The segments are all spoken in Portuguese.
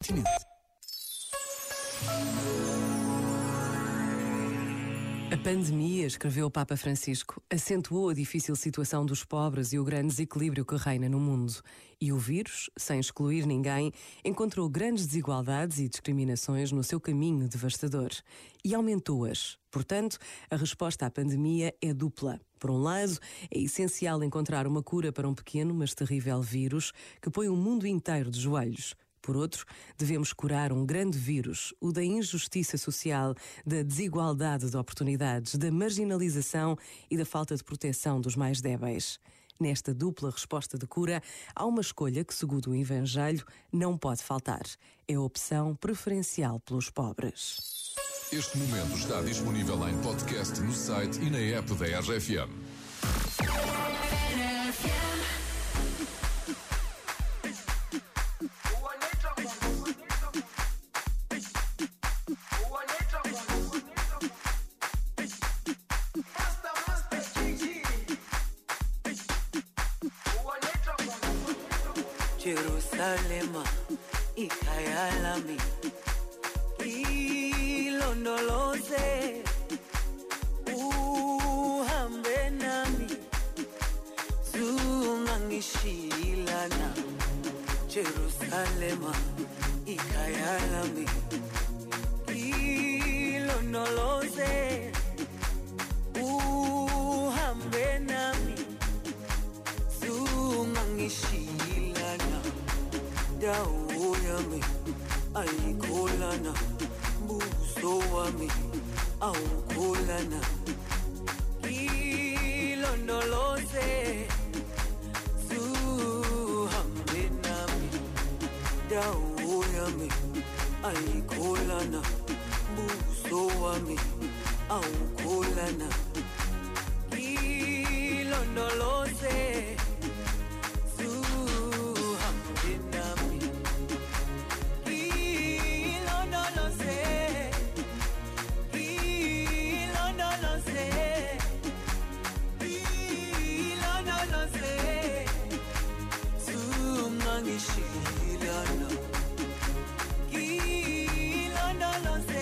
continente. A pandemia, escreveu o Papa Francisco, acentuou a difícil situação dos pobres e o grande desequilíbrio que reina no mundo. E o vírus, sem excluir ninguém, encontrou grandes desigualdades e discriminações no seu caminho devastador. E aumentou-as. Portanto, a resposta à pandemia é dupla. Por um lado, é essencial encontrar uma cura para um pequeno, mas terrível vírus que põe o mundo inteiro de joelhos. Por outro, devemos curar um grande vírus, o da injustiça social, da desigualdade de oportunidades, da marginalização e da falta de proteção dos mais débeis. Nesta dupla resposta de cura, há uma escolha que, segundo o Evangelho, não pode faltar. É a opção preferencial pelos pobres. Este momento está disponível em podcast no site e na app da RFM. Jerusalema, ikhaya lami, ilondoloze, uhambe nami, zungangishilana. Jerusalema, ikhaya lami, ilondoloze, uhambe nami, zungangishilana. Dawo yami ayikholana, buso wami awukholana. Ilondoloze, zuhambe nami. Dawo yami ayikholana, buso wami awukholana. Ilondoloze, ngishilana, ilondoloze,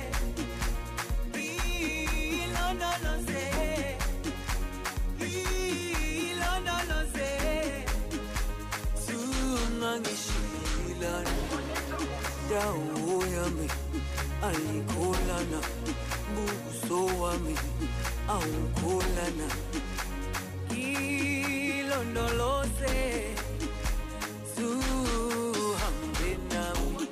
ilondoloze, ilondoloze, zungangishilana. Dawo yami ayikholana, buso wami awukholana. Ilondoloze, zuhambe nami.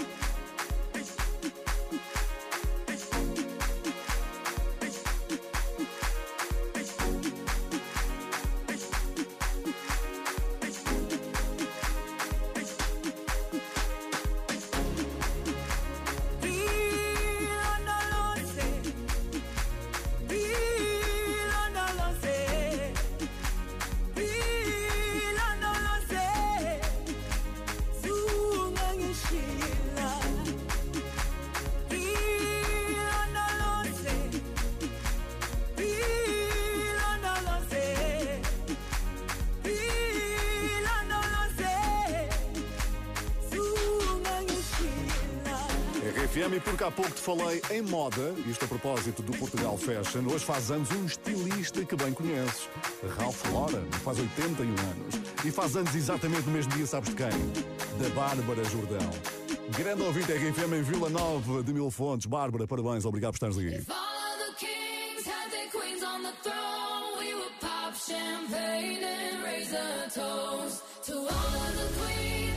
RFM, e porque há pouco te falei em moda, isto a propósito do Portugal Fashion, hoje faz anos um estilista que bem conheces, Ralph Lauren, faz 81 anos. E faz anos exatamente no mesmo dia, sabes de quem? Da Bárbara Jordão. Grande ouvinte RFM em Vila Nova de Mil Fontes. Bárbara, parabéns, obrigado por estares aqui. Champagne and raise a toast to all of the queens.